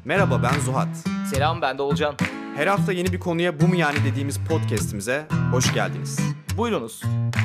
Merhaba, ben Zuhat. Selam, ben de Olcan. Her hafta yeni bir konuya bu mu yani dediğimiz podcast'imize hoş geldiniz. Buyurunuz.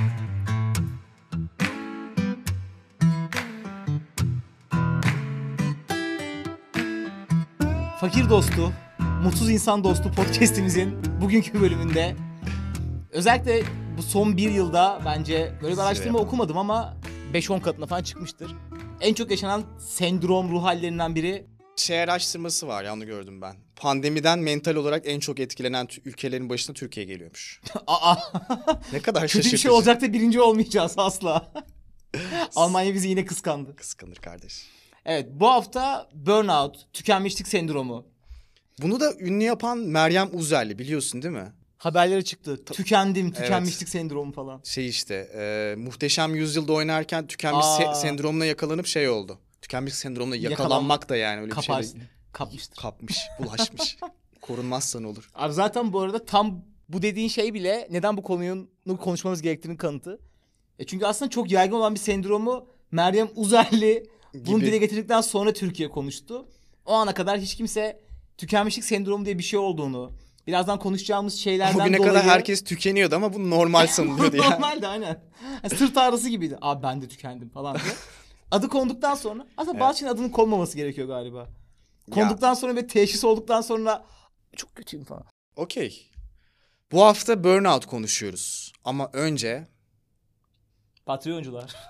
Fakir Dostu, Mutsuz İnsan Dostu podcast'imizin bugünkü bölümünde özellikle bu son bir yılda bence böyle bir araştırma okumadım ama 5-10 katına falan çıkmıştır. En çok yaşanan sendrom ruh hallerinden biri. Araştırması var ya, onu gördüm ben. Pandemiden mental olarak en çok etkilenen ülkelerin başına Türkiye geliyormuş. Aa, Ne kadar kötü şaşırtıcı. bir şey olacak da birinci olmayacağız asla. Almanya bizi yine kıskandı. Kıskanır kardeş. Evet, bu hafta burnout, tükenmişlik sendromu. Bunu da ünlü yapan Meryem Uzerli, biliyorsun değil mi? Haberleri çıktı. Tükenmişlik sendromu falan. Muhteşem Yüzyıl'da oynarken tükenmişlik sendromuna yakalanıp şey oldu. Tükenmişlik sendromuna yakalanmak da yani öyle Kaparsın. bir şey değil. Kapmıştır. Kapmış, bulaşmış. Korunmazsan olur. Abi zaten bu arada tam bu dediğin şey bile neden bu konuyu konuşmamız gerektiğinin kanıtı. Çünkü aslında çok yaygın olan bir sendromu Meryem Uzerli bunu dile getirdikten sonra Türkiye konuştu. O ana kadar hiç kimse tükenmişlik sendromu diye bir şey olduğunu, birazdan konuşacağımız şeylerden Bugüne dolayı... kadar herkes tükeniyordu ama bu normal sanılıyordu yani. Normaldi aynen. Yani sırt ağrısı gibiydi. Abi ben de tükendim falan diye. Adı konduktan sonra aslında bazı şeyin adının konmaması gerekiyor galiba. Konduktan sonra ve teşhis olduktan sonra çok kötüyüm falan. Okey. Bu hafta burnout konuşuyoruz. Ama önce... Patreoncular.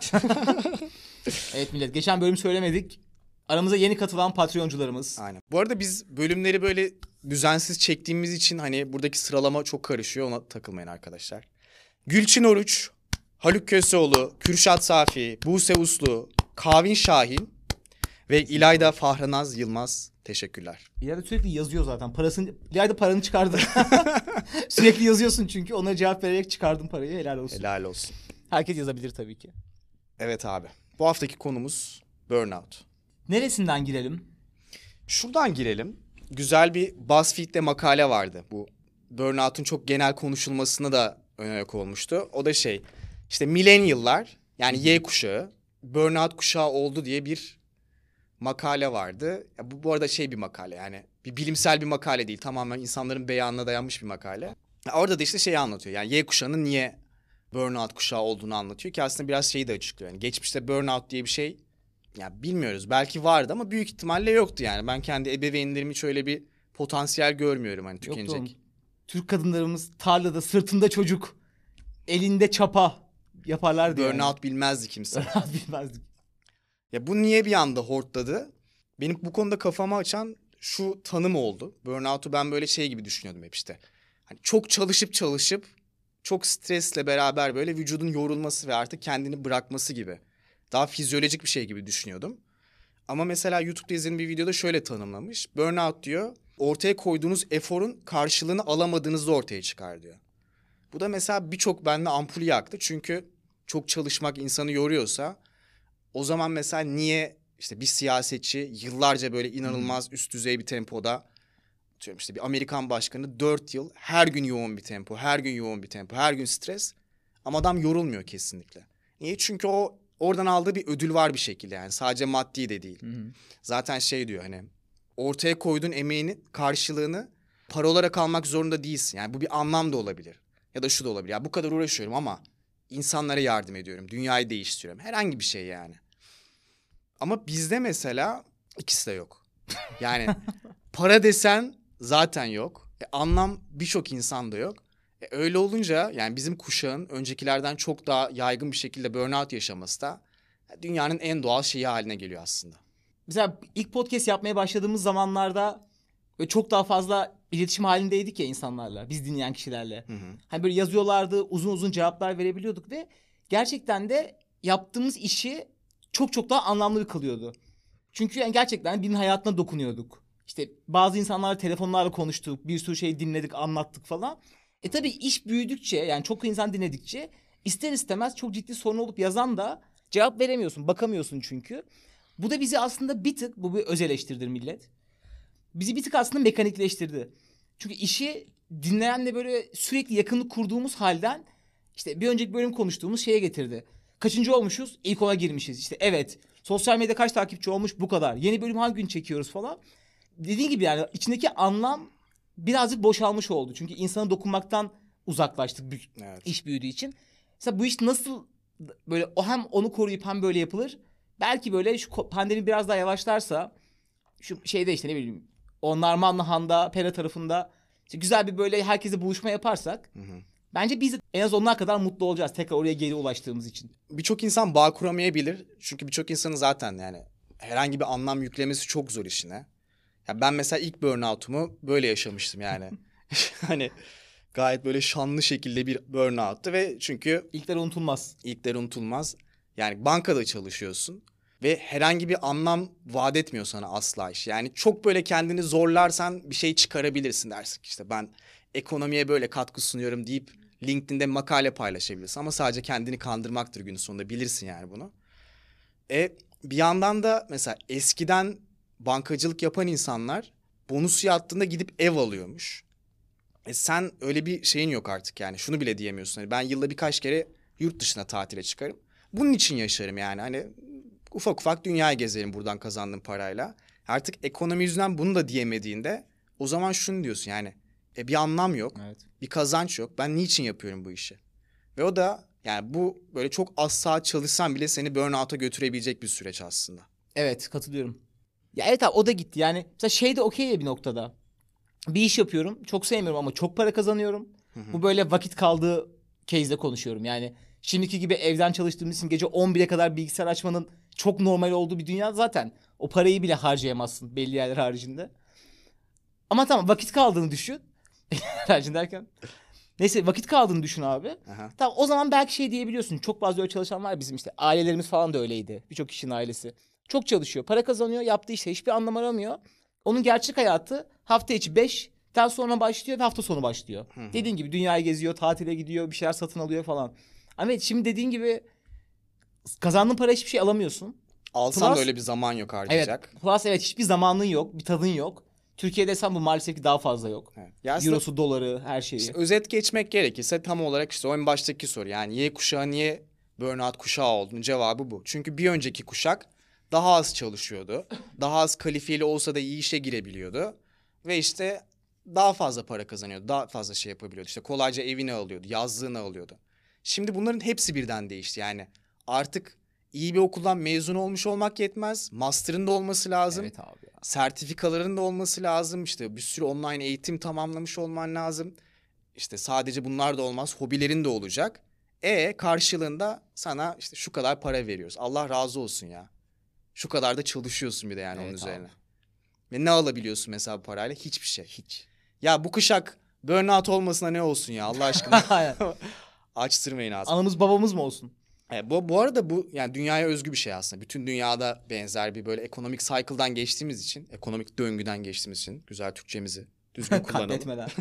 Evet millet, geçen bölüm söylemedik. Aramıza yeni katılan Patreoncularımız. Aynen. Bu arada biz bölümleri böyle düzensiz çektiğimiz için hani buradaki sıralama çok karışıyor. Ona takılmayın arkadaşlar. Gülçin Oruç, Haluk Köseoğlu, Kürşat Safi, Buse Uslu, Kavin Şahin ve İlayda Fahranaz Yılmaz. Teşekkürler. İlayda sürekli yazıyor zaten. İlayda paranı çıkardı. Sürekli yazıyorsun çünkü. Ona cevap vererek çıkardın parayı. Helal olsun. Helal olsun. Herkes yazabilir tabii ki. Evet abi. Bu haftaki konumuz burnout. Neresinden girelim? Şuradan girelim. Güzel bir BuzzFeed'de makale vardı. Bu burnout'un çok genel konuşulmasına da ön ayak olmuştu. O da işte millennial'lar, yani Y kuşağı burnout kuşağı oldu diye bir makale vardı. Ya bu arada bir makale, yani bir bilimsel bir makale değil. Tamamen insanların beyanına dayanmış bir makale. Orada da işte anlatıyor. Yani Y kuşağının niye burnout kuşağı olduğunu anlatıyor ki aslında biraz de açıklıyor. Yani geçmişte burnout diye bir şey ya bilmiyoruz. Belki vardı ama büyük ihtimalle yoktu yani. Ben kendi ebeveynlerim hiç öyle bir potansiyel görmüyorum hani tükenecek. Yoktu. Türk kadınlarımız tarlada sırtında çocuk, elinde çapa yaparlardı yani. Burnout bilmezdi kimse. Burnout bilmezdik. Ya bu niye bir anda hortladı? Benim bu konuda kafamı açan şu tanım oldu. Burnout'u ben böyle gibi düşünüyordum hep işte. Hani çok çalışıp çok stresle beraber böyle vücudun yorulması ve artık kendini bırakması gibi. Daha fizyolojik bir şey gibi düşünüyordum. Ama mesela YouTube'da izlediğim bir videoda şöyle tanımlamış. Burnout diyor, ortaya koyduğunuz eforun karşılığını alamadığınızda ortaya çıkar diyor. Bu da mesela birçok bende ampul yaktı. Çünkü çok çalışmak insanı yoruyorsa o zaman mesela niye işte bir siyasetçi yıllarca böyle inanılmaz üst düzey bir tempoda, işte bir Amerikan başkanı 4 yıl her gün yoğun bir tempo, her gün stres ama adam yorulmuyor kesinlikle. Niye? Çünkü oradan aldığı bir ödül var bir şekilde, yani sadece maddi de değil. Hı. Zaten diyor hani ortaya koyduğun emeğinin karşılığını para olarak almak zorunda değilsin. Yani bu bir anlam da olabilir ya da şu da olabilir. Ya bu kadar uğraşıyorum ama insanlara yardım ediyorum, dünyayı değiştiriyorum, herhangi bir şey yani. Ama bizde mesela ikisi de yok. Yani para desen zaten yok. Anlam birçok insanda yok. Öyle olunca yani bizim kuşağın öncekilerden çok daha yaygın bir şekilde burnout yaşaması da dünyanın en doğal şeyi haline geliyor aslında. Mesela ilk podcast yapmaya başladığımız zamanlarda böyle çok daha fazla iletişim halindeydik ya insanlarla, biz dinleyen kişilerle. Hı hı. Hani böyle yazıyorlardı, uzun uzun cevaplar verebiliyorduk ve gerçekten de yaptığımız işi çok daha anlamlı kılıyordu. Çünkü yani gerçekten birinin hayatına dokunuyorduk. İşte bazı insanlarla telefonlarla konuştuk, bir sürü şey dinledik, anlattık falan. Tabii iş büyüdükçe, yani çok insan dinledikçe ister istemez çok ciddi sorun olup yazan da cevap veremiyorsun, bakamıyorsun çünkü. Bu da bizi aslında bir tık, bu bir öz eleştiridir millet, bizi bir tık aslında mekanikleştirdi. Çünkü işi dinleyenle böyle sürekli yakınlık kurduğumuz halden işte bir önceki bölüm konuştuğumuz şeye getirdi. Kaçıncı olmuşuz? İlk 10'a girmişiz. İşte evet. Sosyal medyada kaç takipçi olmuş? Bu kadar. Yeni bölüm hangi gün çekiyoruz falan. dediğin gibi yani içindeki anlam birazcık boşalmış oldu. Çünkü insana dokunmaktan uzaklaştık Evet. iş büyüdüğü için. Mesela bu iş nasıl böyle o hem onu koruyup hem böyle yapılır? Belki böyle şu pandemi biraz daha yavaşlarsa şu şeyde işte ne bileyim o Narmanlı Han'da Pera tarafında işte güzel bir böyle herkese buluşma yaparsak bence biz en az onlar kadar mutlu olacağız tekrar oraya geri ulaştığımız için. Birçok insan bağ kuramayabilir. Çünkü birçok insanın zaten yani herhangi bir anlam yüklemesi çok zor işine. Ya ben mesela ilk burnout'umu böyle yaşamıştım yani. Hani gayet böyle şanlı şekilde bir burnout'tu ve çünkü İlkler unutulmaz. ilkler unutulmaz. Yani bankada çalışıyorsun ve herhangi bir anlam vaat etmiyor sana asla iş. Yani çok böyle kendini zorlarsan bir şey çıkarabilirsin dersin. İşte ben ekonomiye böyle katkı sunuyorum deyip LinkedIn'de makale paylaşabilirsin. Ama sadece kendini kandırmaktır günün sonunda, bilirsin yani bunu. Bir yandan da mesela eskiden bankacılık yapan insanlar bonus yattığında gidip ev alıyormuş. Sen öyle bir şeyin yok artık yani. Şunu bile diyemiyorsun. Hani ben yılda birkaç kere yurt dışına tatile çıkarım. Bunun için yaşarım yani. Hani ufak ufak dünyayı gezerim buradan kazandığım parayla. Artık ekonomi yüzünden bunu da diyemediğinde o zaman şunu diyorsun yani. Bir anlam yok. Evet. Bir kazanç yok. Ben niçin yapıyorum bu işi? Ve o da yani bu böyle çok az saat çalışsan bile seni burnout'a götürebilecek bir süreç aslında. Evet, katılıyorum. Ya evet abi o da gitti. Yani mesela şey de okey ya bir noktada. Bir iş yapıyorum. Çok sevmiyorum ama çok para kazanıyorum. Bu böyle vakit kaldığı case'de konuşuyorum. Yani şimdiki gibi evden çalıştığımız için gece 11'e kadar bilgisayar açmanın çok normal olduğu bir dünya zaten. O parayı bile harcayamazsın belli yerler haricinde. Ama tamam vakit kaldığını düşün. Haricinde derken. Neyse vakit kaldığını düşün abi. Aha. Tamam o zaman belki şey diyebiliyorsun. Çok fazla öyle çalışan var bizim işte. Ailelerimiz falan da öyleydi. Birçok kişinin ailesi. Çok çalışıyor. Para kazanıyor. Yaptığı işte hiçbir anlam aramıyor. Onun gerçek hayatı hafta içi 5'ten sonra başlıyor ve hafta sonu başlıyor. Dediğin gibi dünyayı geziyor, tatile gidiyor, bir şeyler satın alıyor falan. Ama evet, şimdi dediğin gibi kazandığın para hiçbir şey alamıyorsun. Alsan da Plus- öyle bir zaman yok Evet. harcayacak. Plus evet hiçbir zamanın yok, bir tadın yok. Türkiye'de sen bu maalesef ki daha fazla yok. Evet. Ya aslında Eurosu, doları, her şeyi. İşte özet geçmek gerekirse tam olarak işte o en baştaki soru. Yani Y kuşağı niye burnout kuşağı olduğunun cevabı bu. Çünkü bir önceki kuşak daha az çalışıyordu. Daha az kalifiyeli olsa da iyi işe girebiliyordu. Ve işte daha fazla para kazanıyordu. Daha fazla şey yapabiliyordu. İşte kolayca evini alıyordu. Yazlığını alıyordu. Şimdi bunların hepsi birden değişti. Yani artık iyi bir okuldan mezun olmuş olmak yetmez. Master'ın da olması lazım. Evet abi ya. Sertifikaların da olması lazım. İşte bir sürü online eğitim tamamlamış olman lazım. İşte sadece bunlar da olmaz. Hobilerin de olacak. Karşılığında sana işte şu kadar para veriyoruz. Allah razı olsun ya. Şu kadar da çalışıyorsun bir de yani Evet onun üzerine. abi. Ve ne alabiliyorsun mesela bu parayla? Hiçbir şey. Hiç. Ya bu kuşak burnout olmasına ne olsun ya Allah aşkına. Aynen. Açtırmayın ağzını. Anamız babamız mı olsun? Bu arada bu yani dünyaya özgü bir şey aslında. Bütün dünyada benzer bir böyle ekonomik cycle'dan geçtiğimiz için, ekonomik döngüden geçtiğimiz için güzel Türkçemizi düzgün kullanalım. Katletmeden.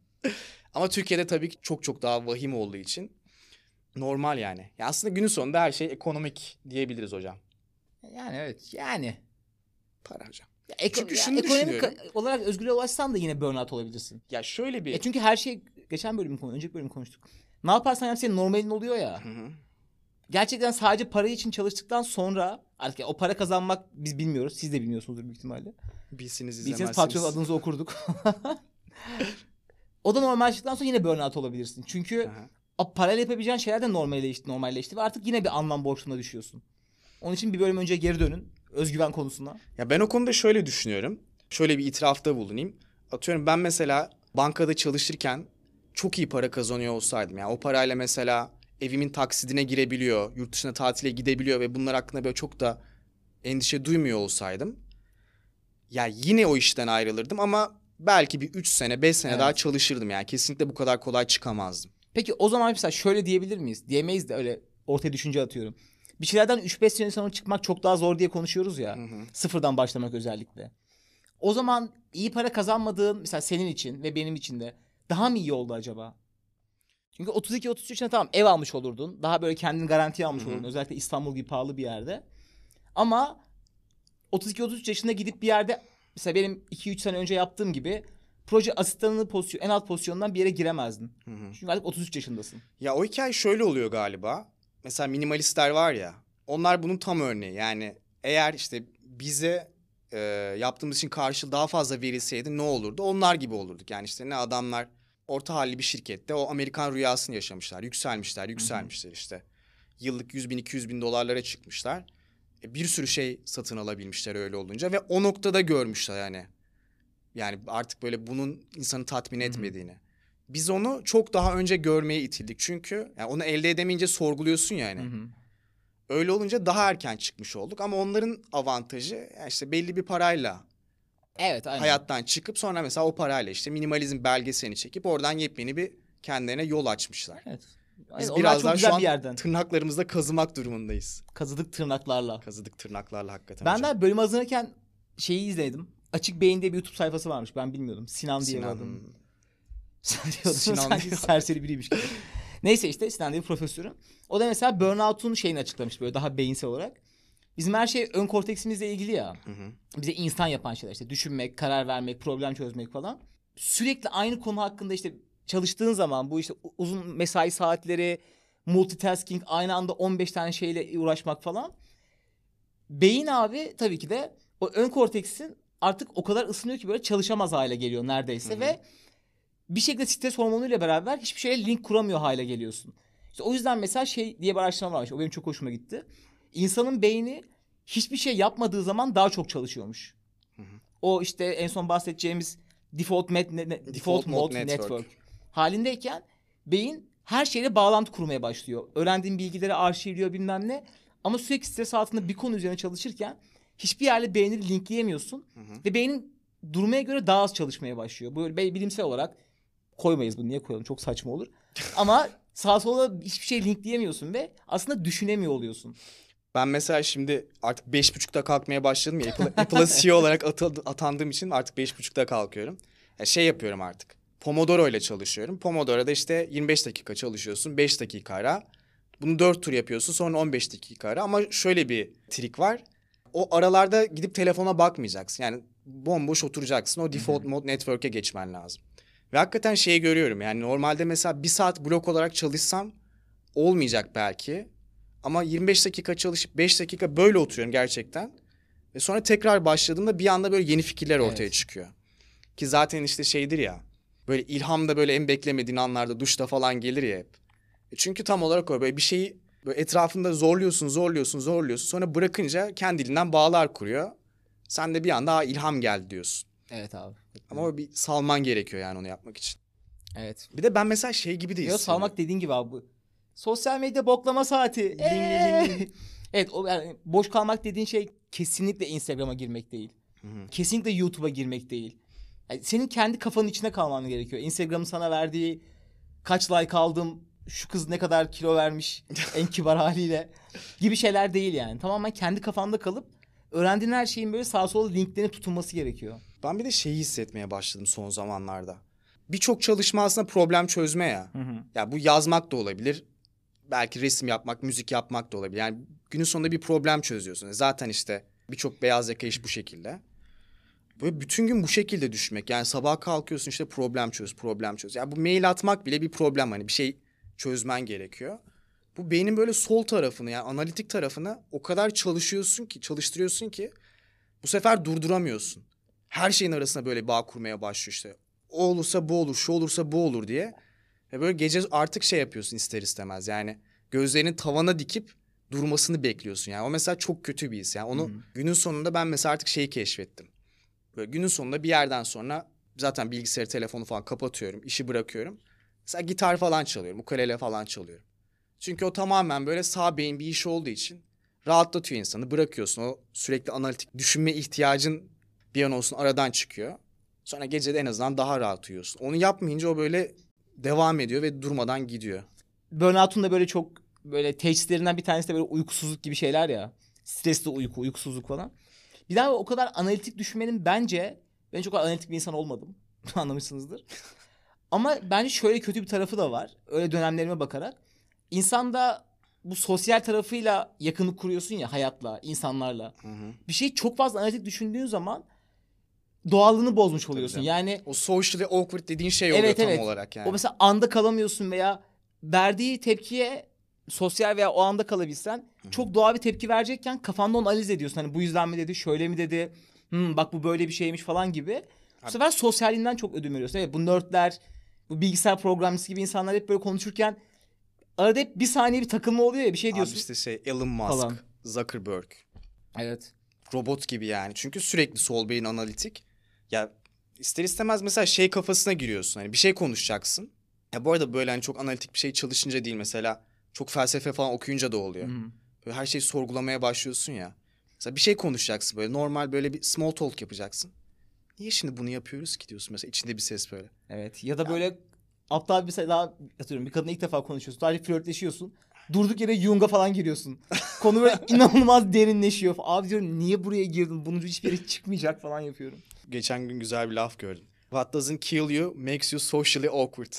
Ama Türkiye'de tabii ki çok çok daha vahim olduğu için normal yani. Ya aslında günün sonunda her şey ekonomik diyebiliriz hocam. Yani evet yani. Para hocam. Çünkü şunu ekonomik düşünüyorum. olarak özgür ulaşsan da yine burnout olabilirsin. Ya şöyle bir... Çünkü her şey geçen önceki bölüm konuştuk. Ne yaparsan yap senin normalin oluyor ya. Hı hı. Gerçekten sadece para için çalıştıktan sonra artık o para kazanmak biz bilmiyoruz. Siz de bilmiyorsunuzdur büyük ihtimalle. Bilsiniz Bilseniz izlemezsiniz. patron adınızı okurduk. O da normalleştikten sonra yine burnout olabilirsin. Çünkü Aha. o parayla yapabileceğin şeyler de normalleşti ve artık yine bir anlam boşluğuna düşüyorsun. Onun için bir bölüm önce geri dönün. Özgüven konusuna. Ya ben o konuda şöyle düşünüyorum. Şöyle bir itirafta bulunayım. Atıyorum ben mesela bankada çalışırken çok iyi para kazanıyor olsaydım. Yani o parayla mesela evimin taksidine girebiliyor, yurt dışına tatile gidebiliyor ve bunlar hakkında böyle çok da endişe duymuyor olsaydım. Ya yine o işten ayrılırdım ama belki bir 3 sene, 5 sene Evet. daha çalışırdım. Yani kesinlikle bu kadar kolay çıkamazdım. Peki o zaman mesela şöyle diyebilir miyiz? Diyemeyiz de öyle ortaya düşünce atıyorum. Bir şeylerden 3-5 sene sonra çıkmak çok daha zor diye konuşuyoruz ya. Sıfırdan başlamak özellikle. O zaman iyi para kazanmadığın mesela senin için ve benim için de daha mı iyi oldu acaba? Çünkü 32-33 yaşında tamam ev almış olurdun. Daha böyle kendini garantiye almış olurdun. Özellikle İstanbul gibi pahalı bir yerde. Ama 32-33 yaşında gidip bir yerde mesela benim 2-3 sene önce yaptığım gibi proje asistanı en alt pozisyondan bir yere giremezdin. Çünkü artık 33 yaşındasın. Ya o hikaye şöyle oluyor galiba. Mesela minimalistler var ya. Onlar bunun tam örneği. Yani eğer işte bize yaptığımız için karşılığı daha fazla verilseydi ne olurdu? Onlar gibi olurduk. Yani işte ne adamlar orta halli bir şirkette o Amerikan rüyasını yaşamışlar. Yükselmişler işte. Yıllık 100 bin 200 bin dolarlara çıkmışlar. Bir sürü şey satın alabilmişler öyle olunca ve o noktada görmüşler yani. Yani artık böyle bunun insanı tatmin etmediğini. Biz onu çok daha önce görmeye itildik. Çünkü yani onu elde edemeyince sorguluyorsun yani. Öyle olunca daha erken çıkmış olduk. Ama onların avantajı yani işte belli bir parayla Evet, aynen. hayattan çıkıp sonra mesela o parayla işte minimalizm belgeselini çekip oradan yepyeni bir kendilerine yol açmışlar. Evet. Biz Onlar biraz çok daha güzel şu an bir yerden. tırnaklarımızda kazımak durumundayız. Kazıdık tırnaklarla. Kazıdık tırnaklarla hakikaten Ben hocam. de bölüm hazırlarken şeyi izledim. Açık Beyin diye bir YouTube sayfası varmış. Ben bilmiyordum. Sinan diye bir adam. Sen diyordun Sinan sanki diyor. serseri biriymiş gibi. Neyse işte Sinan diye bir profesörüm. O da mesela burnout'un şeyini açıklamış böyle daha beyinsel olarak. Bizim her şey ön korteksimizle ilgili ya. Bize insan yapan şeyler işte düşünmek, karar vermek, problem çözmek falan. Sürekli aynı konu hakkında işte çalıştığın zaman bu işte uzun mesai saatleri, multitasking, aynı anda 15 tane şeyle uğraşmak falan. Beyin abi tabii ki de o ön korteksin artık o kadar ısınıyor ki böyle çalışamaz hale geliyor neredeyse ve bir şekilde stres hormonuyla beraber hiçbir şeye link kuramıyor hale geliyorsun. İşte o yüzden mesela şey diye bir araştırma varmış. O benim çok hoşuma gitti. İnsanın beyni hiçbir şey yapmadığı zaman daha çok çalışıyormuş. O işte en son bahsedeceğimiz default mode network halindeyken beyin her şeyle bağlantı kurmaya başlıyor. Öğrendiğin bilgileri arşivliyor bilmem ne. Ama sürekli stres altında bir konu üzerine çalışırken hiçbir yerle beynini linkleyemiyorsun. Ve beynin durmaya göre daha az çalışmaya başlıyor. Böyle bilimsel olarak koymayız bunu. Niye koyalım? Çok saçma olur. Ama sağa sola hiçbir şey linkleyemiyorsun ve aslında düşünemiyor oluyorsun. Ben mesela şimdi artık 5.30'da kalkmaya başladım ya. Apple'a CEO olarak atandığım için artık 5.30'da kalkıyorum. Ya şey yapıyorum artık. Pomodoro ile çalışıyorum. Pomodoro'da işte 25 dakika çalışıyorsun. 5 dakika ara. Bunu 4 tur yapıyorsun. Sonra 15 dakika ara. Ama şöyle bir trik var. O aralarda gidip telefona bakmayacaksın. Yani bomboş oturacaksın. O default mode network'e geçmen lazım. Ve hakikaten şeyi görüyorum. Yani normalde mesela 1 saat blok olarak çalışsam olmayacak belki. Ama 25 dakika çalışıp 5 dakika böyle oturuyorum gerçekten. Ve sonra tekrar başladığımda bir anda böyle yeni fikirler ortaya çıkıyor. Ki zaten işte şeydir ya. Böyle ilham da böyle en beklemediğin anlarda duşta falan gelir ya hep. Çünkü tam olarak o böyle bir şeyi böyle etrafında zorluyorsun. Sonra bırakınca kendiliğinden bağlar kuruyor. Sen de bir anda ilham geldi diyorsun. Evet abi. Ama o bir salman gerekiyor yani onu yapmak için. Evet. Bir de ben mesela şey gibi de Yok hissediyorum. salmak dediğin gibi abi bu. Sosyal medya boklama saati. Evet o yani boş kalmak dediğin şey kesinlikle Instagram'a girmek değil. Kesinlikle YouTube'a girmek değil. Yani senin kendi kafanın içine kalman gerekiyor. Instagram'ın sana verdiği kaç like aldım, şu kız ne kadar kilo vermiş en kibar haliyle gibi şeyler değil yani. Tamamen kendi kafanda kalıp öğrendiğin her şeyin böyle sağa sola linklenip tutulması gerekiyor. Ben bir de şeyi hissetmeye başladım son zamanlarda. Birçok çalışma aslında problem çözme ya. Ya bu yazmak da olabilir. Belki resim yapmak, müzik yapmak da olabilir. Yani günün sonunda bir problem çözüyorsun. Zaten işte birçok beyaz yaka iş bu şekilde. Böyle bütün gün bu şekilde düşmek. Yani sabah kalkıyorsun işte problem çöz. Yani bu mail atmak bile bir problem. Hani bir şey çözmen gerekiyor. Bu beynin böyle sol tarafını yani analitik tarafını o kadar çalıştırıyorsun ki bu sefer durduramıyorsun. Her şeyin arasında böyle bağ kurmaya başlıyor işte. O olursa bu olur, şu olursa bu olur diye. Ve böyle gece artık şey yapıyorsun ister istemez. Yani gözlerini tavana dikip durmasını bekliyorsun. Yani o mesela çok kötü bir his. Yani onu günün sonunda ben mesela artık şeyi keşfettim. Böyle günün sonunda bir yerden sonra zaten bilgisayarı, telefonu falan kapatıyorum. İşi bırakıyorum. Mesela gitar falan çalıyorum. Ukulele falan çalıyorum. Çünkü o tamamen böyle sağ beyin bir iş olduğu için rahatlatıyor insanı. Bırakıyorsun. O sürekli analitik düşünme ihtiyacın bir an olsun aradan çıkıyor. Sonra gece de en azından daha rahat uyuyorsun. Onu yapmayınca o böyle devam ediyor ve durmadan gidiyor. Burnout'un da böyle çok böyle teşhislerinden bir tanesi de böyle uykusuzluk gibi şeyler ya. Stresli uyku, uykusuzluk falan. Bir daha o kadar analitik düşünmenin ben çok analitik bir insan olmadım. Anlamışsınızdır. Ama bence şöyle kötü bir tarafı da var. Öyle dönemlerime bakarak. İnsanda bu sosyal tarafıyla yakınlık kuruyorsun ya hayatla, insanlarla. Bir şeyi çok fazla analitik düşündüğün zaman doğallığını bozmuş oluyorsun. canım. Yani O socially awkward dediğin şey oluyor tam olarak yani. o mesela anda kalamıyorsun veya verdiği tepkiye sosyal veya o anda kalabilsen çok doğal bir tepki verecekken kafanda onu analiz ediyorsun. Hani bu yüzden mi dedi, şöyle mi dedi, Bak bu böyle bir şeymiş falan gibi. Bu sefer sosyalliğinden çok ödün veriyorsun. Evet, bu nerdler, bu bilgisayar programcısı gibi insanlar hep böyle konuşurken arada hep bir saniye bir takılma oluyor ya, bir şey diyorsun. Abi işte Elon Musk, Falan. Zuckerberg. Evet. Robot gibi yani. Çünkü sürekli sol beyin analitik. Ya ister istemez mesela şey kafasına giriyorsun. Hani bir şey konuşacaksın. Ya bu arada böyle hani çok analitik bir şey çalışınca değil, mesela çok felsefe falan okuyunca da oluyor. Böyle her şeyi sorgulamaya başlıyorsun ya. Mesela bir şey konuşacaksın, böyle normal böyle bir small talk yapacaksın. Niye şimdi bunu yapıyoruz ki diyorsun mesela, içinde bir ses böyle. Evet. Ya da böyle aptal bir şey daha atıyorum, bir kadınla ilk defa konuşuyorsun. Sadece flörtleşiyorsun. Durduk yere Jung'a falan giriyorsun. Konu böyle inanılmaz derinleşiyor. Abi diyorum, niye buraya girdin? Bunun hiçbir yere çıkmayacak falan yapıyorum. Geçen gün güzel bir laf gördüm. What doesn't kill you makes you socially awkward.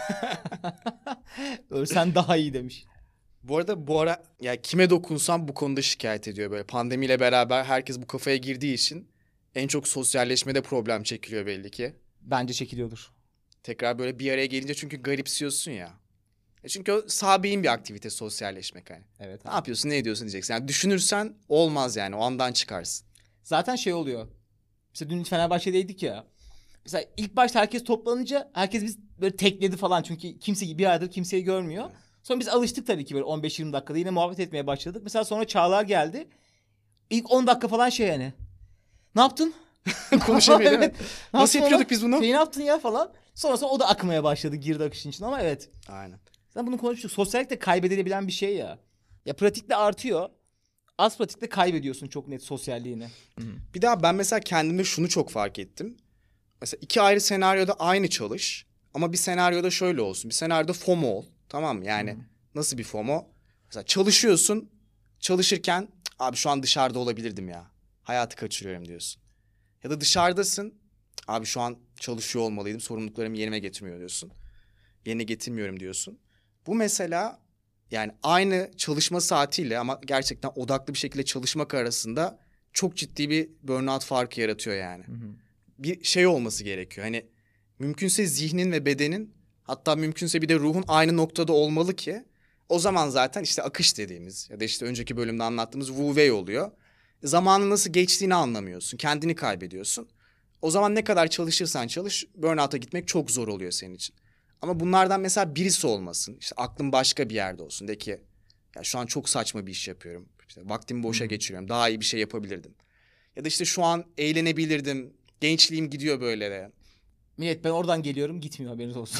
Ölsen daha iyi demiş. Bu arada bu ara ya kime dokunsam bu konuda şikayet ediyor böyle. Pandemiyle beraber herkes bu kafaya girdiği için en çok sosyalleşmede problem çekiliyor belli ki. Bence çekiliyordur. Tekrar böyle bir araya gelince çünkü garipsiyorsun ya. Çünkü o sağ beyin bir aktivite sosyalleşmek hani. Evet. Ne yapıyorsun, ne ediyorsun diyeceksin. Yani düşünürsen olmaz yani, o andan çıkarsın. Zaten şey oluyor. Mesela dün Fenerbahçe'deydik ya. Mesela ilk başta herkes toplanınca herkes biz böyle tekledi falan. Çünkü kimse bir aydır kimseyi görmüyor. Sonra biz alıştık tabii ki, böyle 15-20 dakikada yine muhabbet etmeye başladık. Mesela sonra Çağlar geldi. İlk 10 dakika falan şey yani. Ne yaptın? Konuşamıyor değil mi? Evet. Ne Nasıl yaptın yapıyorduk biz bunu? Şey, ne yaptın ya falan. Sonrasında o da akmaya başladı, girdi akışın içine, ama evet. Aynen. Sen bunu konuştuk. Sosyallik de kaybedilebilen bir şey ya. Ya pratikle artıyor. Az pratikle kaybediyorsun çok net sosyalliğini. Bir daha ben mesela kendimde şunu çok fark ettim. Mesela iki ayrı senaryoda aynı çalış. Ama bir senaryoda şöyle olsun. Bir senaryoda FOMO ol. Tamam mı? Yani nasıl bir FOMO? Mesela çalışıyorsun. Çalışırken abi şu an dışarıda olabilirdim ya. Hayatı kaçırıyorum diyorsun. Ya da dışarıdasın. Abi şu an çalışıyor olmalıydım. Sorumluluklarımı yerine getirmiyor diyorsun. Yerine getirmiyorum diyorsun. Bu mesela yani aynı çalışma saatiyle ama gerçekten odaklı bir şekilde çalışmak arasında çok ciddi bir burnout farkı yaratıyor yani. Bir şey olması gerekiyor. Hani mümkünse zihnin ve bedenin, hatta mümkünse bir de ruhun aynı noktada olmalı ki o zaman zaten işte akış dediğimiz ya da işte önceki bölümde anlattığımız Wu Wei oluyor. Zamanın nasıl geçtiğini anlamıyorsun. Kendini kaybediyorsun. O zaman ne kadar çalışırsan çalış burnout'a gitmek çok zor oluyor senin için. Ama bunlardan mesela birisi olmasın. İşte aklın başka bir yerde olsun. De ki ya şu an çok saçma bir iş yapıyorum. İşte vaktimi boşa geçiriyorum. Daha iyi bir şey yapabilirdim. Ya da işte şu an eğlenebilirdim. Gençliğim gidiyor böyle de. Millet ben oradan geliyorum, gitmiyor, haberiniz olsun.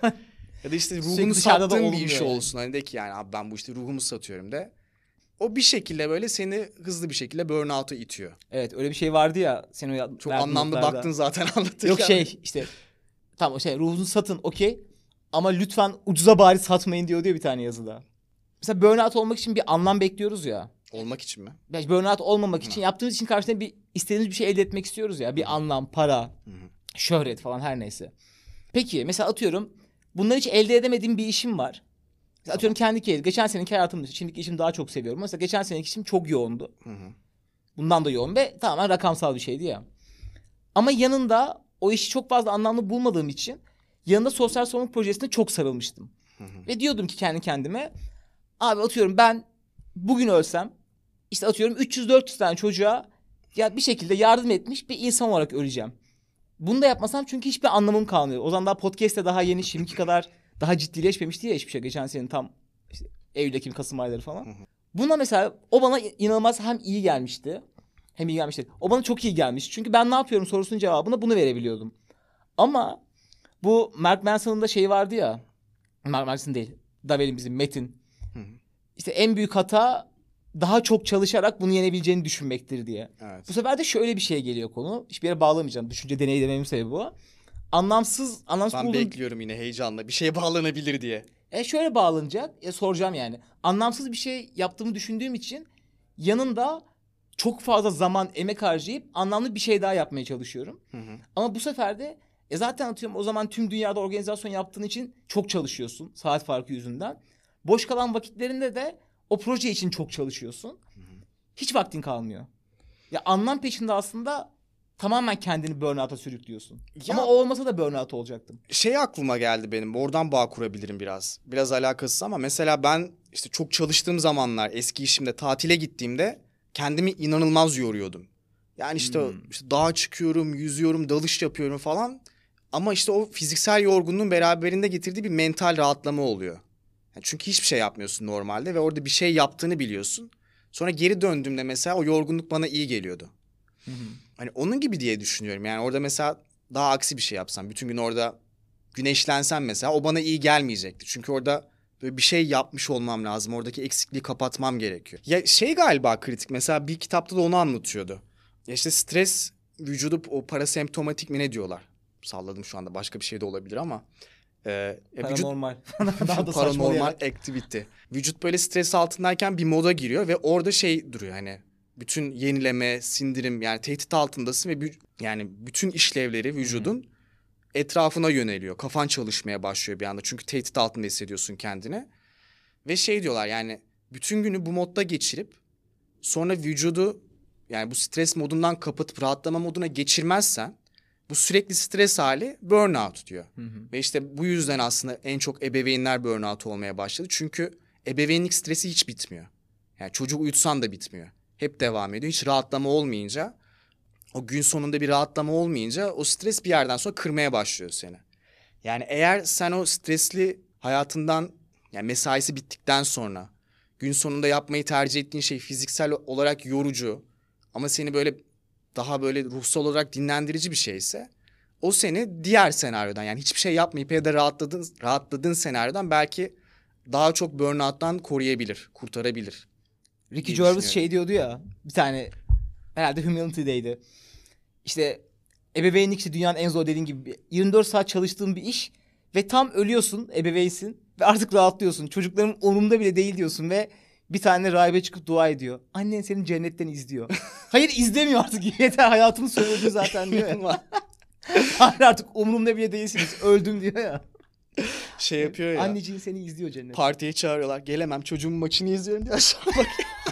Ya da işte Sürekli ruhunu dışarıda da sattığın bir olmuyor iş yani. olsun. Hani de ki yani abi ben bu işte ruhumu satıyorum de. O bir şekilde böyle seni hızlı bir şekilde burnout'a itiyor. Evet, öyle bir şey vardı ya. Senin o Çok verdiğin anlamlı notlarda. baktın zaten anlatırken. Yok şey işte. Tamam, şey, ruhunuzu satın okey. Ama lütfen ucuza bari satmayın diyor bir tane yazıda. Mesela burnout olmak için bir anlam bekliyoruz ya. Olmak için mi? Yani burnout olmamak için, yaptığımız için karşılığında bir istediğimiz bir şey elde etmek istiyoruz ya. Bir anlam, para, şöhret falan, her neyse. Peki mesela atıyorum bunları hiç elde edemediğim bir işim var. Mesela atıyorum geçen seneki hayatımda, şimdiki işimi daha çok seviyorum. Mesela geçen seneki işim çok yoğundu. Bundan da yoğun ve tamamen rakamsal bir şeydi ya. Ama yanında o işi çok fazla anlamlı bulmadığım için yanında sosyal sorumluluk projesine çok sarılmıştım. Ve diyordum ki kendi kendime, abi atıyorum ben bugün ölsem işte atıyorum 300-400 tane çocuğa ya bir şekilde yardım etmiş bir insan olarak öleceğim. Bunu da yapmasam çünkü hiçbir anlamım kalmıyor. O zaman daha podcast de daha yeni, şimdiki kadar daha ciddileşmemişti ya hiçbir şey. Geçen senenin tam işte Eylül, Ekim, Kasım ayları falan. Buna mesela o bana inanılmaz hem iyi gelmişti. Hem iyi gelmişti. O bana çok iyi gelmiş. Çünkü ben ne yapıyorum sorusunun cevabına bunu verebiliyordum. Ama bu Mark Manson'ın da şeyi vardı ya. Mark Manson değil. Davel'in bizim Metin. İşte en büyük hata daha çok çalışarak bunu yenebileceğini düşünmektir diye. Evet. Bu sefer de şöyle bir şeye geliyor konu. Hiçbir yere bağlamayacağım. Düşünce deneyi dememin sebebi bu. Anlamsız Ben bulduğum... bekliyorum yine heyecanla. Bir şeye bağlanabilir diye. Şöyle bağlanacak. Soracağım yani. Anlamsız bir şey yaptığımı düşündüğüm için yanında çok fazla zaman, emek harcayıp anlamlı bir şey daha yapmaya çalışıyorum. Ama bu sefer de zaten atıyorum o zaman tüm dünyada organizasyon yaptığın için çok çalışıyorsun. Saat farkı yüzünden. Boş kalan vakitlerinde de o proje için çok çalışıyorsun. Hiç vaktin kalmıyor. Ya anlam peşinde aslında tamamen kendini burnout'a sürüklüyorsun. Ya- Ama o olmasa da burnout olacaktım. Şey aklıma geldi benim. Oradan bağ kurabilirim biraz. Biraz alakasız ama mesela ben işte çok çalıştığım zamanlar eski işimde tatile gittiğimde kendimi inanılmaz yoruyordum. Yani işte dağa çıkıyorum, yüzüyorum, dalış yapıyorum falan. Ama işte o fiziksel yorgunluğun beraberinde getirdiği bir mental rahatlama oluyor. Yani çünkü hiçbir şey yapmıyorsun normalde ve orada bir şey yaptığını biliyorsun. Sonra geri döndüğümde mesela o yorgunluk bana iyi geliyordu. Hani onun gibi diye düşünüyorum. Yani orada mesela daha aksi bir şey yapsam, bütün gün orada güneşlensem mesela o bana iyi gelmeyecekti. Çünkü orada böyle bir şey yapmış olmam lazım. Oradaki eksikliği kapatmam gerekiyor. Ya şey galiba kritik, mesela bir kitapta da onu anlatıyordu. Ya işte stres vücudu o parasemptomatik mi ne diyorlar? Salladım şu anda, başka bir şey de olabilir ama. Vücut Paranormal. Daha da paranormal saçmalayarak. activity. Vücut böyle stres altındayken bir moda giriyor ve orada şey duruyor hani. Bütün yenileme, sindirim, yani tehdit altındasın ve yani bütün işlevleri vücudun etrafına yöneliyor. Kafan çalışmaya başlıyor bir anda. Çünkü tehdit altında hissediyorsun kendini. Ve şey diyorlar, yani bütün günü bu modda geçirip sonra vücudu yani bu stres modundan kapatıp rahatlama moduna geçirmezsen bu sürekli stres hali burnout diyor. Ve işte bu yüzden aslında en çok ebeveynler burnout olmaya başladı. Çünkü ebeveynlik stresi hiç bitmiyor. Yani çocuğu uyutsan da bitmiyor. Hep devam ediyor. Hiç rahatlama olmayınca, o gün sonunda bir rahatlama olmayınca o stres bir yerden sonra kırmaya başlıyor seni. Yani eğer sen o stresli hayatından, yani mesaisi bittikten sonra gün sonunda yapmayı tercih ettiğin şey fiziksel olarak yorucu ama seni böyle daha böyle ruhsal olarak dinlendirici bir şeyse, o seni diğer senaryodan, yani hiçbir şey yapmayıp ya da rahatladığın senaryodan belki daha çok burnout'tan koruyabilir, kurtarabilir. Ricky diye Gervais düşünüyorum. şey diyordu ya, bir tane herhalde Humanity'deydi. İşte ebeveynlik işte dünyanın en zor, dediğin gibi 24 saat çalıştığın bir iş ve tam ölüyorsun, ebeveynsin ve artık rahatlıyorsun. Çocukların umurumda bile değil diyorsun ve bir tane rahibe çıkıp dua ediyor. Annen senin cennetten izliyor. Hayır, izlemiyor artık. Yeter, hayatımı söylüyor zaten diyor ya. Hayır, artık umurumda bile değilsiniz. Öldüm diyor ya. Şey yapıyor ya. Anneciğin seni izliyor cennet. Partiye çağırıyorlar. Gelemem, çocuğumun maçını izliyorum diye aşağı bak.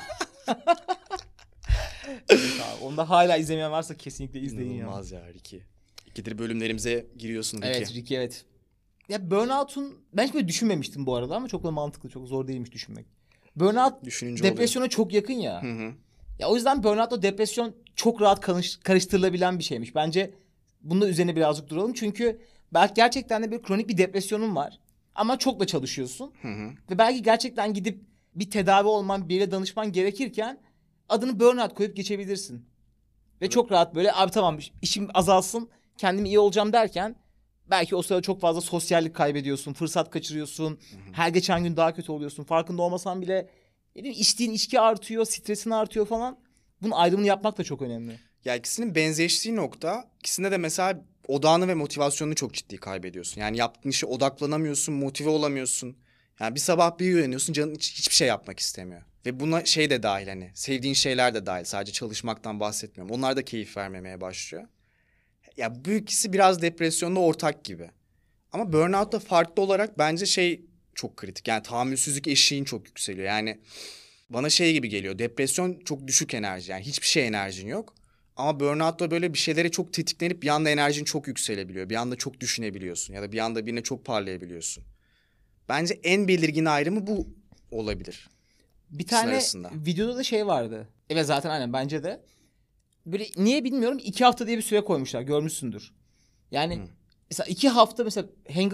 Evet abi, onu da hala izlemeyen varsa kesinlikle izleyin ya. İnanılmaz ya Ricky. İkidir bölümlerimize giriyorsun Ricky. Evet, Ricky, evet. Ya burnout'un, ben hiç böyle düşünmemiştim bu arada ama çok da mantıklı, çok zor değilmiş düşünmek. Burnout Düşününce depresyona çok yakın ya. oluyor. Hı hı. Ya o yüzden burnout'la depresyon çok rahat karıştırılabilen bir şeymiş. Bence bunda üzerine birazcık duralım. Çünkü belki gerçekten de bir kronik bir depresyonun var. Ama çok da çalışıyorsun. Hı hı. Ve belki gerçekten gidip bir tedavi olman, biriyle danışman gerekirken adını burnout koyup geçebilirsin. Ve çok rahat böyle, abi tamam işim azalsın, kendim iyi olacağım derken belki o sırada çok fazla sosyallik kaybediyorsun, fırsat kaçırıyorsun. Her geçen gün daha kötü oluyorsun. Farkında olmasan bile ne bileyim, içtiğin içki artıyor, stresin artıyor falan. Bunun ayrımını yapmak da çok önemli. Ya ikisinin benzeştiği nokta, ikisinde de mesela odağını ve motivasyonunu çok ciddi kaybediyorsun. Yani yaptığın işe odaklanamıyorsun, motive olamıyorsun. Yani bir sabah bir uyanıyorsun, canın hiçbir şey yapmak istemiyor. Ve buna şey de dahil, hani sevdiğin şeyler de dahil. Sadece çalışmaktan bahsetmiyorum. Onlar da keyif vermemeye başlıyor. Ya bu ikisi biraz depresyonda ortak gibi. Ama burnout'ta farklı olarak bence şey çok kritik. Yani tahammülsüzlük eşiğin çok yükseliyor. Yani bana şey gibi geliyor. Depresyon çok düşük enerji. Yani hiçbir şey enerjin yok. Ama burnout'ta böyle bir şeylere çok tetiklenip bir anda enerjin çok yükselebiliyor. Bir anda çok düşünebiliyorsun ya da bir anda birine çok parlayabiliyorsun. Bence en belirgin ayrımı bu olabilir. Bir İkisinin tane arasında. videoda da şey vardı. Evet, zaten aynen, bence de. Böyle niye bilmiyorum, 2 hafta diye bir süre koymuşlar, görmüşsündür. Yani mesela 2 hafta mesela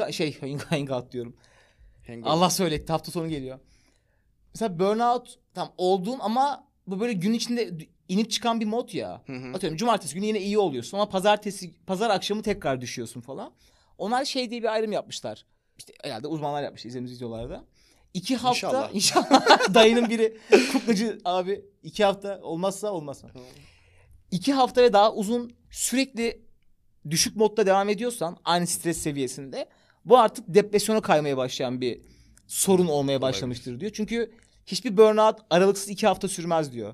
hangout diyorum. Hangover. Allah söyletti, hafta sonu geliyor. Mesela burnout tam olduğun ama bu böyle gün içinde inip çıkan bir mod ya. Hı. Atıyorum cumartesi günü yine iyi oluyorsun ama pazar akşamı tekrar düşüyorsun falan. Onlar şey diye bir ayrım yapmışlar. İşte herhalde uzmanlar yapmış izlediğimiz videolarda. 2 hafta inşallah dayının biri kuklacı abi, 2 hafta olmazsa olmaz. 2 hafta ve daha uzun sürekli düşük modda devam ediyorsan aynı stres seviyesinde, bu artık depresyona kaymaya başlayan bir sorun olmaya başlamıştır diyor. Çünkü hiçbir burnout aralıksız 2 hafta sürmez diyor.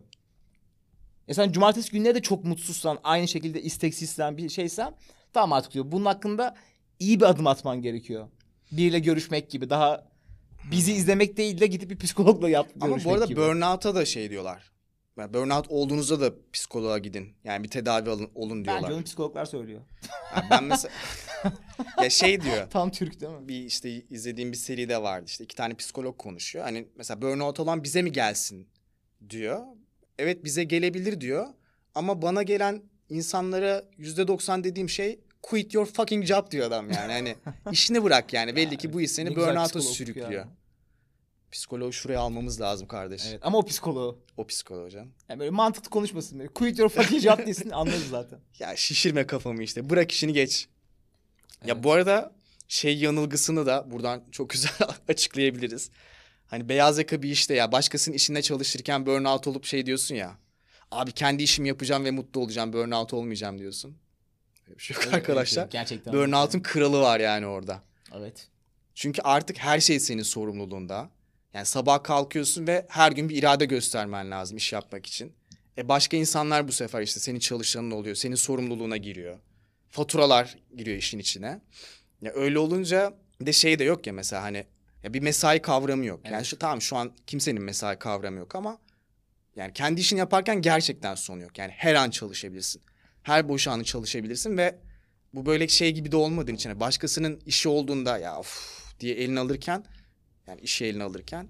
Sen cumartesi günleri de çok mutsuzsan, aynı şekilde isteksizsen bir şeysen, tamam artık diyor, bunun hakkında iyi bir adım atman gerekiyor. Biriyle görüşmek gibi, daha bizi izlemek değil de gidip bir psikologla görüşmek gibi. Ama bu arada burnout'a da şey diyorlar. Yani burnout olduğunuzda da psikoloğa gidin. Yani bir tedavi olun diyorlar. Bence onu psikologlar söylüyor. Yani ben mesela ya şey diyor. Tam Türk değil mi? Bir işte izlediğim bir seride vardı, işte 2 tane psikolog konuşuyor. Hani mesela burnout olan bize mi gelsin diyor. Evet, bize gelebilir diyor. Ama bana gelen insanlara %90 dediğim şey quit your fucking job diyor adam yani. Hani işini bırak yani. Belli ki bu iş Ne seni güzel burnout'a psikolog sürüklüyor. ya. Psikoloğu şuraya almamız lazım kardeş. Evet, ama o psikoloğu. O psikoloğu canım. Yani böyle mantıklı konuşmasın. Böyle quit your fucking job desin, anlarız zaten. Ya şişirme kafamı işte. Bırak işini geç. Ya Evet. bu arada şey yanılgısını da buradan çok güzel açıklayabiliriz. Hani beyaz yaka bir işte ya başkasının işinde çalışırken burnout olup şey diyorsun ya. Abi kendi işimi yapacağım ve mutlu olacağım. Burnout olmayacağım diyorsun. Öyle bir şey yok Evet, arkadaşlar. evet, gerçekten. Burnout'un kralı var yani orada. Evet. Çünkü artık her şey senin sorumluluğunda. Yani sabah kalkıyorsun ve her gün bir irade göstermen lazım iş yapmak için. Başka insanlar bu sefer işte senin çalışanın oluyor. Senin sorumluluğuna giriyor. Faturalar giriyor işin içine. Ya öyle olunca bir de şey de yok ya mesela hani ya bir mesai kavramı yok. Yani Evet. tamam şu an kimsenin mesai kavramı yok ama yani kendi işini yaparken gerçekten sonu yok. Yani her an çalışabilirsin. Her boş anı çalışabilirsin ve bu böyle şey gibi de olmadığın için. Yani başkasının işi olduğunda ya of diye elini alırken yani işi eline alırken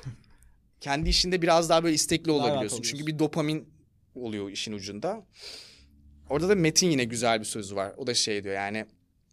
kendi işinde biraz daha böyle istekli Daha rahat olabiliyorsun. oluyorsun. Çünkü bir dopamin oluyor işin ucunda. Orada da Metin yine güzel bir sözü var. O da şey diyor yani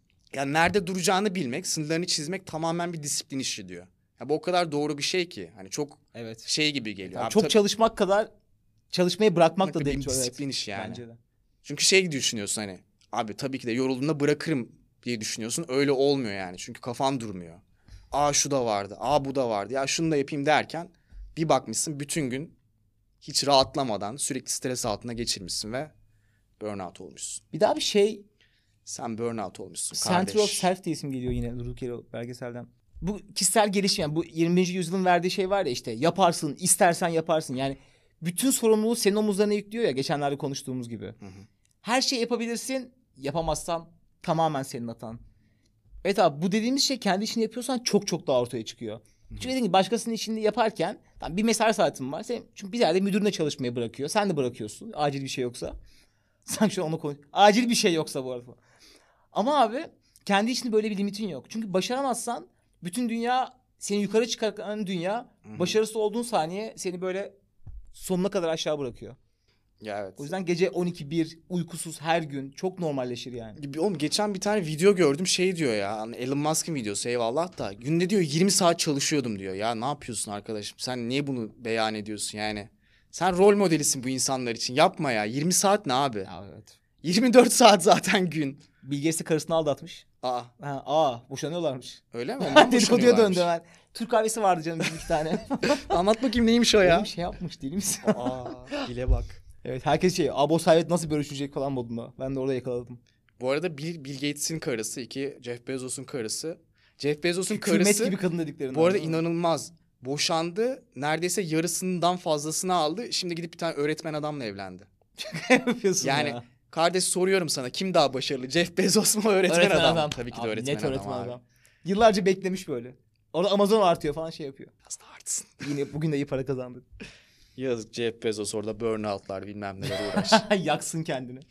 nerede duracağını bilmek, sınırlarını çizmek tamamen bir disiplin işi diyor. Ya bu o kadar doğru bir şey ki. Hani çok Evet. şey gibi geliyor. Yani Abi çok çalışmak kadar çalışmayı bırakmak da bir değil. disiplin Evet. işi yani. Bence de. Çünkü şey düşünüyorsun hani abi tabii ki de yorulduğunda bırakırım diye düşünüyorsun. Öyle olmuyor yani. Çünkü kafan durmuyor. Aa şu da vardı. Aa bu da vardı. Ya şunu da yapayım derken bir bakmışsın bütün gün hiç rahatlamadan sürekli stres altına geçirmişsin ve burnout olmuşsun. Bir daha bir şey, Sen burnout olmuşsun Center of kardeş. Self diye isim geliyor yine durduk yere o belgeselden. Bu kişisel gelişim, yani bu 21. yüzyılın verdiği şey var ya, işte yaparsın, istersen yaparsın. Yani bütün sorumluluğu senin omuzlarına yüklüyor ya, geçenlerde konuştuğumuz gibi. Her şeyi yapabilirsin, yapamazsan tamamen senin hatan. Evet abi, bu dediğimiz şey kendi işini yapıyorsan çok çok daha ortaya çıkıyor. Çünkü dediğim gibi başkasının işini yaparken tamam, bir mesai saatin var. Sen, çünkü bir yerde müdürüne çalışmayı bırakıyor. Sen de bırakıyorsun acil bir şey yoksa. Sanki şu an onu konuş. Acil bir şey yoksa bu arada. Ama abi kendi işinde böyle bir limitin yok. Çünkü başaramazsan bütün dünya seni yukarı çıkaran dünya, başarısız olduğun saniye seni böyle sonuna kadar aşağı bırakıyor. Ya evet. O yüzden gece 12-1 uykusuz her gün çok normalleşir yani. Oğlum geçen bir tane video gördüm şey diyor ya hani Elon Musk'ın videosu eyvallah da günde diyor 20 saat çalışıyordum diyor. Ya ne yapıyorsun arkadaşım sen niye bunu beyan ediyorsun yani? Sen rol modelisin bu insanlar için yapma ya 20 saat ne abi? Ya evet. 24 saat zaten gün. Bill Gates de karısını aldatmış. Aa Boşanıyorlarmış. öyle mi? Ondan Dedikoduya boşanıyorlarmış. döndü hemen. Türk kahvesi vardı canım bizim 2 tane. Anlat bakayım neymiş o ya? Oğlum şey yapmış değil misin? Aa dile bak. Evet, herkes şey, bu servet nasıl bölüşülecek falan modunda. Ben de orada yakaladım. Bu arada Bill Gates'in karısı Jeff Bezos'un karısı. Jeff Bezos'un Hükümet karısı gibi kadın dediklerini. bu arada inanılmaz. Boşandı. Neredeyse yarısından fazlasını aldı. Şimdi gidip bir tane öğretmen adamla evlendi. yapıyorsun Yani ya. kardeş soruyorum sana kim daha başarılı? Jeff Bezos mu öğretmen adam mı? Tabii ki de Abi, öğretmen net adam öğretmen abi. adam. Yıllarca beklemiş böyle. Orada Amazon artıyor falan şey yapıyor. Biraz da artsın. Yine bugün de iyi para kazandı. Yazık Jeff Bezos orada burnoutlar bilmem neler uğraş. Yaksın kendini.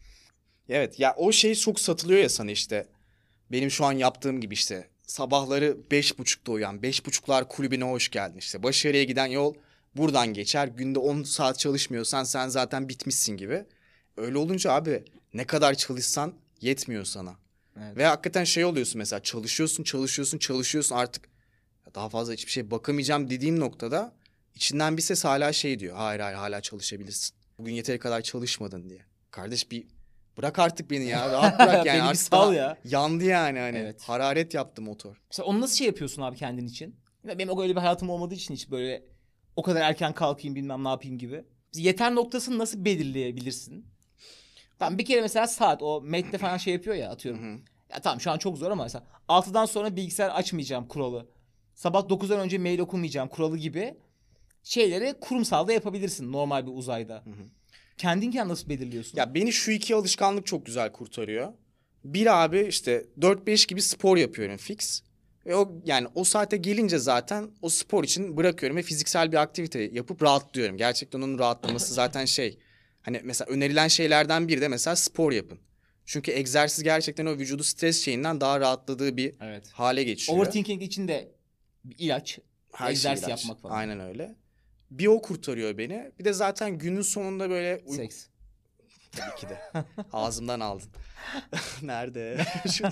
Evet ya o şey çok satılıyor ya sana işte. Benim şu an yaptığım gibi işte. Sabahları 5.30'da uyan. 5.30'lar kulübüne hoş geldin işte. Başarıya giden yol buradan geçer. Günde 10 saat çalışmıyorsan sen zaten bitmişsin gibi. Öyle olunca abi ne kadar çalışsan yetmiyor sana. Evet. Ve hakikaten şey oluyorsun mesela çalışıyorsun artık daha fazla hiçbir şeye bakamayacağım dediğin noktada içinden bir ses hala şey diyor. Hayır hala çalışabilirsin. Bugün yeteri kadar çalışmadın diye. Kardeş bir bırak artık beni ya. Rahat bırak yani. Beni bir Artık sal daha ya. yandı yani hani. Evet. Hararet yaptı motor. Mesela onu nasıl şey yapıyorsun abi kendin için? Benim öyle bir hayatım olmadığı için hiç böyle o kadar erken kalkayım bilmem ne yapayım gibi. Yeter noktasını nasıl belirleyebilirsin? Tamam, bir kere mesela saat, o Mate'de falan şey yapıyor ya, atıyorum. Ya tamam şu an çok zor ama mesela 6'dan sonra bilgisayar açmayacağım kuralı. Sabah 9'dan önce mail okumayacağım kuralı gibi şeyleri kurumsalda yapabilirsin normal bir uzayda. Kendinken nasıl belirliyorsun? Ya beni şu iki alışkanlık çok güzel kurtarıyor. Bir abi işte 4-5 gibi spor yapıyorum fix. Ve o saate gelince zaten o spor için bırakıyorum ve fiziksel bir aktivite yapıp rahatlıyorum. Gerçekten onun rahatlaması zaten şey. Hani mesela önerilen şeylerden biri de mesela spor yapın. Çünkü egzersiz gerçekten o vücudu stres şeyinden daha rahatladığı bir Evet. hale geçiyor. Overthinking için de bir ilaç, Her şey egzersiz ilaç. yapmak falan. Aynen öyle. Bir o kurtarıyor beni. Bir de zaten günün sonunda böyle Seks. tabii ki de. Ağzımdan aldın. Nerede?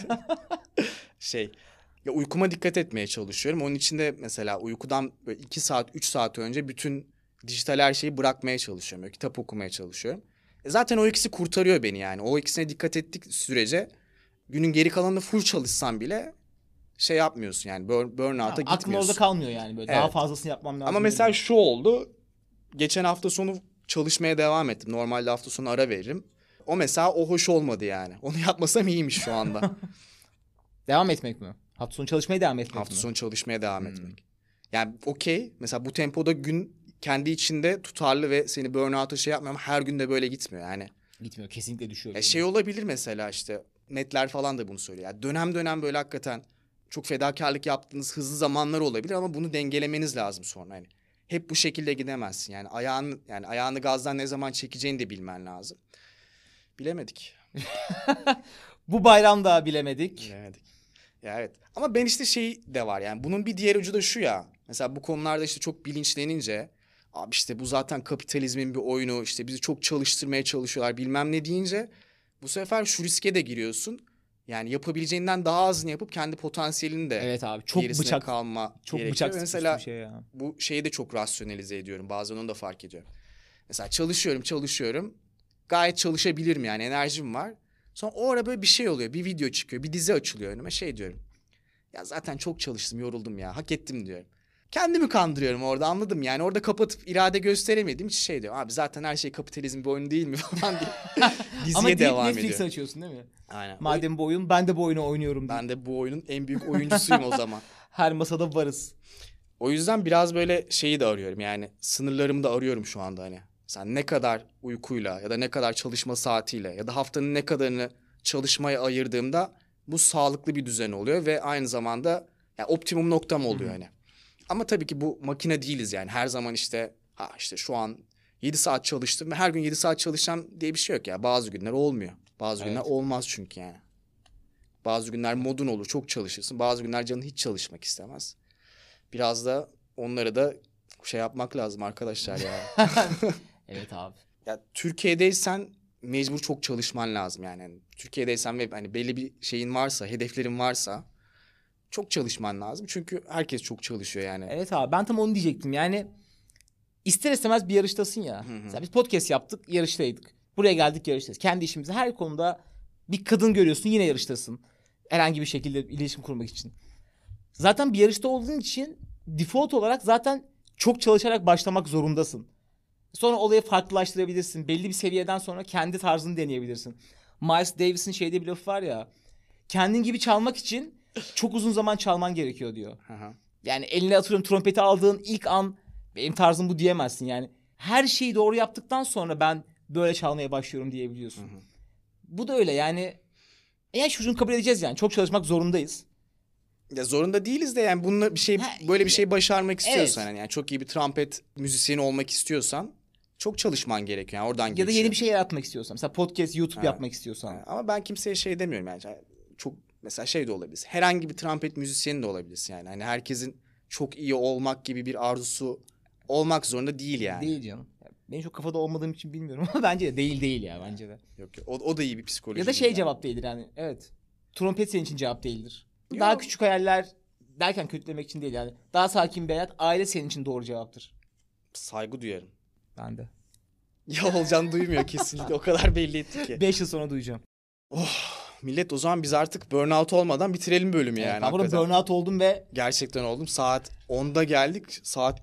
Ya uykuma dikkat etmeye çalışıyorum. Onun için de mesela uykudan böyle 2 saat, 3 saat önce bütün dijital her şeyi bırakmaya çalışıyorum. Böyle kitap okumaya çalışıyorum. Zaten o ikisi kurtarıyor beni yani. O ikisine dikkat ettik sürece günün geri kalanında full çalışsam bile şey yapmıyorsun yani burnout'a Aklın gitmiyorsun. orada kalmıyor yani böyle. Daha Evet. fazlasını yapmam lazım. Ama mesela değil. şu oldu. Geçen hafta sonu çalışmaya devam ettim. Normalde hafta sonu ara veririm. O mesela o hoş olmadı yani. Onu yapmasam iyiymiş şu anda. Devam etmek mi? Hafta sonu çalışmaya devam etmek Hafta mi? sonu çalışmaya devam etmek. Yani okey. Mesela bu tempoda gün kendi içinde tutarlı ve seni burnout'a şey yapmıyor ama her gün de böyle gitmiyor yani. Gitmiyor. Kesinlikle düşüyor. Şey olabilir mesela işte netler falan da bunu söylüyor. Yani dönem dönem böyle hakikaten çok fedakarlık yaptığınız hızlı zamanlar olabilir ama bunu dengelemeniz lazım sonra hani. Hep bu şekilde gidemezsin. Yani ayağını gazdan ne zaman çekeceğini de bilmen lazım. Bilemedik. Bu bayram da bilemedik. Bilemedik. Ya evet. Ama ben işte şey de var yani bunun bir diğer ucu da şu ya. Mesela bu konularda işte çok bilinçlenince abi işte bu zaten kapitalizmin bir oyunu, işte bizi çok çalıştırmaya çalışıyorlar bilmem ne deyince bu sefer şu riske de giriyorsun. Yani yapabileceğinden daha azını yapıp kendi potansiyelini de Evet abi çok gerisine bıçak kalma çok gerekiyor. bıçak Mesela sıkıştı bir şey ya. bu şeyi de çok rasyonelize ediyorum. Bazen onu da fark ediyorum. Mesela çalışıyorum. Gayet çalışabilirim yani enerjim var. Sonra o ara böyle bir şey oluyor. Bir video çıkıyor. Bir dizi açılıyor önüme. Şey diyorum. Ya zaten çok çalıştım, yoruldum ya. Hak ettim diyorum. Kendimi kandırıyorum orada, anladım yani. Orada kapatıp irade gösteremediğim için şey diyorum. Abi zaten her şey kapitalizm bir oyun değil mi falan diye. Diziye Ama devam Netflix ediyor. açıyorsun değil mi? Aynen. Madem bu oyun ben de bu oyunu oynuyorum diye. Ben de bu oyunun en büyük oyuncusuyum o zaman. Her masada varız. O yüzden biraz böyle şeyi de arıyorum yani sınırlarımı da arıyorum şu anda hani. Sen ne kadar uykuyla ya da ne kadar çalışma saatiyle ya da haftanın ne kadarını çalışmaya ayırdığımda bu sağlıklı bir düzen oluyor ve aynı zamanda yani optimum noktam oluyor hani. Ama tabii ki bu makine değiliz yani her zaman işte işte şu an 7 saat çalıştım ve her gün 7 saat çalışacağım diye bir şey yok ya. Bazı günler olmuyor. Bazı günler olmaz çünkü yani. Bazı günler modun olur çok çalışırsın. Bazı günler canın hiç çalışmak istemez. Biraz da onları da şey yapmak lazım arkadaşlar ya. Evet abi. Ya Türkiye'deysen mecbur çok çalışman lazım yani. Yani Türkiye'deysen ve hani belli bir şeyin varsa, hedeflerin varsa çok çalışman lazım. Çünkü herkes çok çalışıyor yani. Evet abi ben tam onu diyecektim yani ister istemez bir yarıştasın ya. Mesela biz podcast yaptık yarıştaydık. Buraya geldik yarıştayız. Kendi işimizde her konuda bir kadın görüyorsun yine yarıştasın. Herhangi bir şekilde iletişim kurmak için. Zaten bir yarışta olduğun için default olarak zaten çok çalışarak başlamak zorundasın. Sonra olayı farklılaştırabilirsin. Belli bir seviyeden sonra kendi tarzını deneyebilirsin. Miles Davis'in şeyde bir lafı var ya. Kendin gibi çalmak için çok uzun zaman çalman gerekiyor diyor. Yani eline atıyorum trompeti aldığın ilk an benim tarzım bu diyemezsin. Yani her şeyi doğru yaptıktan sonra ben böyle çalmaya başlıyorum diyebiliyorsun. Bu da öyle yani. Yani şunu kabul edeceğiz yani. Çok çalışmak zorundayız. Ya zorunda değiliz de yani bununla bir şey böyle bir şey başarmak istiyorsan yani çok iyi bir trompet müzisyeni olmak istiyorsan çok çalışman gerekiyor. Yani oradan Ya da yeni bir şey yaratmak istiyorsan. Mesela podcast, YouTube yapmak istiyorsan. Ama ben kimseye şey demiyorum yani. Çok mesela şey de olabilir. Herhangi bir trompet müzisyeni de olabilirsin yani. Hani herkesin çok iyi olmak gibi bir arzusu olmak zorunda değil yani. Değil canım. Benim çok kafada olmadığım için bilmiyorum ama bence de değil ya bence de. Yok. O da iyi bir psikoloji. Ya da şey yani. cevap değildir yani. Evet. Trompet senin için cevap değildir. Yok. Daha küçük hayaller derken kötülemek için değil yani. Daha sakin bir hayat, aile senin için doğru cevaptır. Saygı duyarım. Ben de. Ya Olcan duymuyor kesinlikle. O kadar belli etti ki. 5 yıl sonra duyacağım. Millet o zaman biz artık burnout olmadan bitirelim bölümü yani. Ben burada hakikaten. burnout oldum ve Gerçekten oldum. Saat 10'da geldik. Saat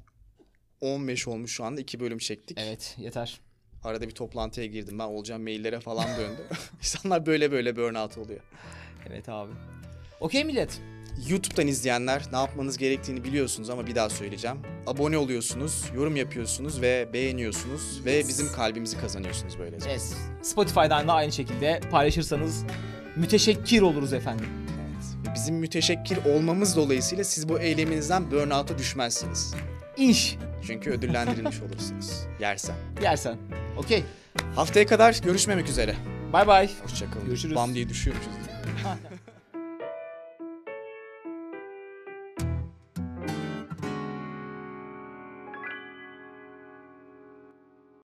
15 olmuş şu anda. 2 bölüm çektik. evet yeter. Arada bir toplantıya girdim. Ben Olcan maillere falan döndü. İnsanlar böyle burnout oluyor. Evet abi. Okey millet. YouTube'dan izleyenler ne yapmanız gerektiğini biliyorsunuz ama bir daha söyleyeceğim. Abone oluyorsunuz, yorum yapıyorsunuz ve beğeniyorsunuz ve bizim kalbimizi kazanıyorsunuz böylece. Yes. Spotify'dan da aynı şekilde paylaşırsanız müteşekkir oluruz efendim. Evet. Bizim müteşekkir olmamız dolayısıyla siz bu eyleminizden burnout'a düşmezsiniz. İnş. Çünkü ödüllendirilmiş olursunuz. Yersen. Yersen. Okey. Haftaya kadar görüşmemek üzere. Bay bay. Hoşçakalın. Görüşürüz. Bam diye düşüyormuşuz.